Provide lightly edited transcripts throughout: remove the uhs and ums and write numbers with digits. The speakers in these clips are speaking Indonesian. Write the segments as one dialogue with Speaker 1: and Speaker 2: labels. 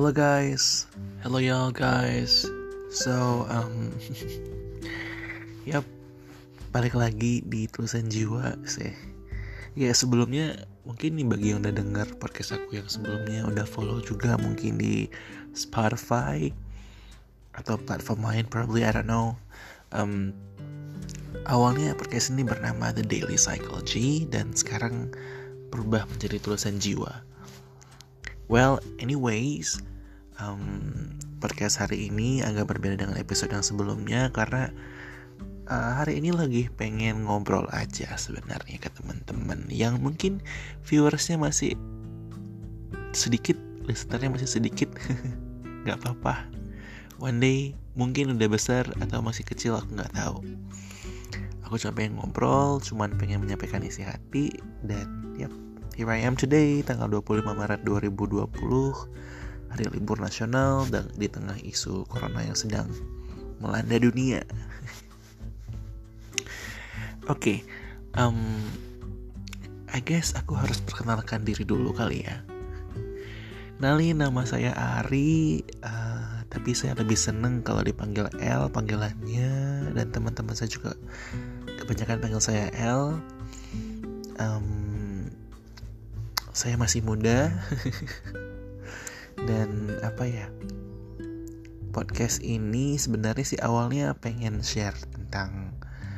Speaker 1: Hello guys, hello y'all guys. So, yap, balik lagi di Tulisan Jiwa sih. Ya sebelumnya mungkin nih bagi yang udah denger podcast aku yang sebelumnya udah follow juga mungkin di Spotify atau platform lain, probably I don't know. Awalnya podcast ini bernama The Daily Psychology dan sekarang berubah menjadi Tulisan Jiwa. Well, anyways, podcast hari ini agak berbeda dengan episode yang sebelumnya karena hari ini lagi pengen ngobrol aja sebenarnya ke teman-teman yang mungkin viewersnya masih sedikit, listenernya masih sedikit, nggak apa-apa. One day mungkin udah besar atau masih kecil, aku nggak tahu. Aku cuma pengen ngobrol, cuman pengen menyampaikan isi hati dan here I am today, tanggal 25 Maret 2020, hari libur nasional dan di tengah isu corona yang sedang melanda dunia. Oke, I guess aku harus perkenalkan diri dulu kali ya. Kenalin, nama saya Ari, tapi saya lebih seneng kalau dipanggil L panggilannya, dan teman-teman saya juga kebanyakan panggil saya L. Saya masih muda dan podcast ini sebenarnya sih awalnya pengen share tentang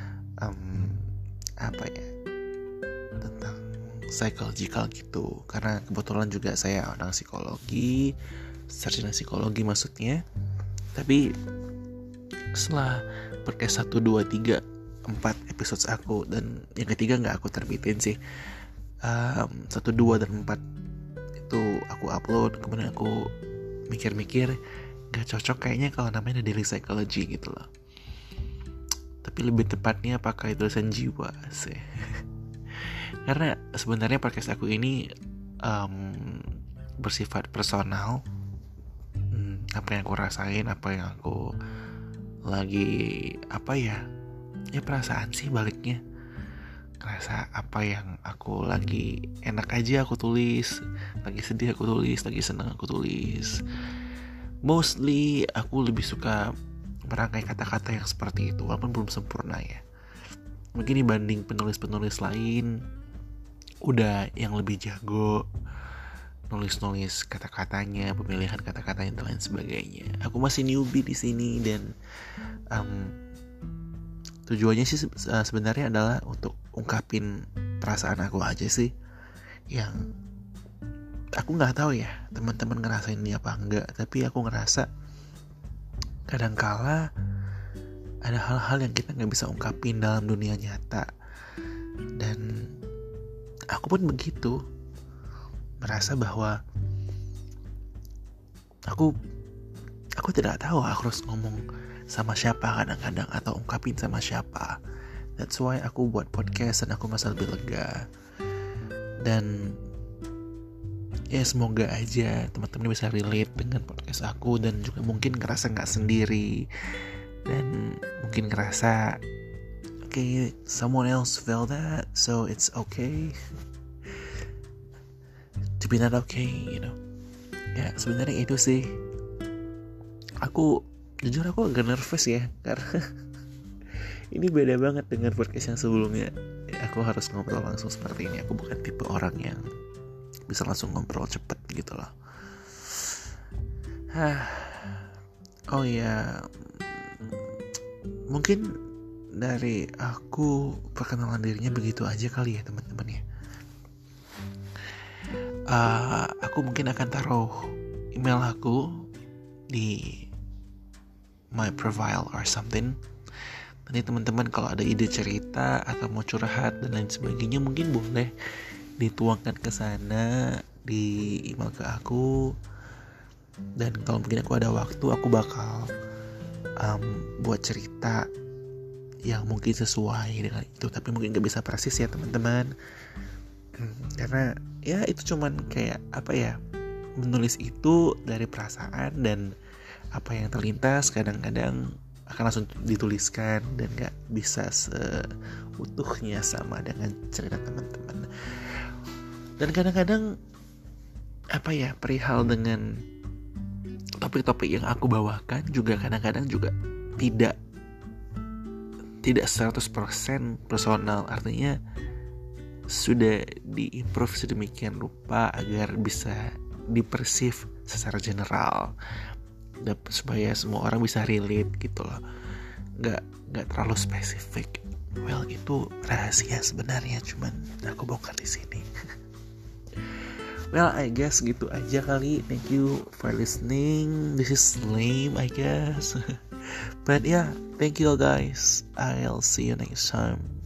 Speaker 1: tentang psychological gitu, karena kebetulan juga saya orang psikologi, sarjana psikologi maksudnya. Tapi setelah podcast 1, 2, 3, 4 episode aku, dan yang ketiga gak aku terbitin sih, 1, 2, dan 4 itu aku upload. Kemudian aku mikir-mikir gak cocok kayaknya kalau namanya Daily Psychology gitu loh, tapi lebih tepatnya pakai Tulisan Jiwa sih. Karena sebenarnya podcast aku ini bersifat personal, apa yang aku rasain, apa yang aku lagi perasaan sih baliknya, ngerasa apa yang aku lagi enak aja aku tulis, lagi sedih aku tulis, lagi senang aku tulis. Mostly aku lebih suka merangkai kata-kata yang seperti itu, walaupun belum sempurna ya. Mungkin dibanding penulis-penulis lain udah yang lebih jago nulis-nulis kata-katanya, pemilihan kata-katanya dan lain sebagainya. Aku masih newbie di sini dan tujuannya sih sebenarnya adalah untuk ungkapin perasaan aku aja sih, yang aku nggak tahu ya teman-teman ngerasain ini apa enggak, tapi aku ngerasa kadangkala ada hal-hal yang kita nggak bisa ungkapin dalam dunia nyata, dan aku pun begitu, merasa bahwa aku tidak tahu aku harus ngomong sama siapa kadang-kadang atau ungkapin sama siapa. That's why aku buat podcast dan aku merasa lebih lega. Dan ya semoga aja teman-teman bisa relate dengan podcast aku dan juga mungkin ngerasa gak sendiri, dan mungkin ngerasa okay, someone else felt that, so it's okay to be not okay, you know. Ya sebenarnya itu sih. Jujur aku agak nervous ya, karena ini beda banget dengan podcast yang sebelumnya. Aku harus ngobrol langsung seperti ini. Aku bukan tipe orang yang bisa langsung ngobrol cepet gitu loh. Oh ya, mungkin dari aku perkenalan dirinya begitu aja kali ya teman-teman ya. Aku mungkin akan taruh email aku di my profile or something. Nanti teman-teman kalau ada ide cerita atau mau curhat dan lain sebagainya mungkin boleh dituangkan ke sana di email ke aku. Dan kalau mungkin aku ada waktu, aku bakal buat cerita yang mungkin sesuai dengan itu. Tapi mungkin gak bisa persis ya teman-teman, karena ya itu cuman kayak menulis itu dari perasaan dan apa yang terlintas, kadang-kadang akan langsung dituliskan dan gak bisa seutuhnya sama dengan cerita teman-teman. Dan kadang-kadang perihal dengan topik-topik yang aku bawakan juga kadang-kadang juga tidak 100% personal. Artinya sudah diimprove sedemikian rupa agar bisa dipersif secara general, supaya semua orang bisa relate gitu loh. Nggak terlalu spesifik. Well, itu rahasia sebenarnya, cuman aku bongkar di sini. Well, I guess gitu aja kali. Thank you for listening. This is lame, I guess. But yeah, thank you guys. I'll see you next time.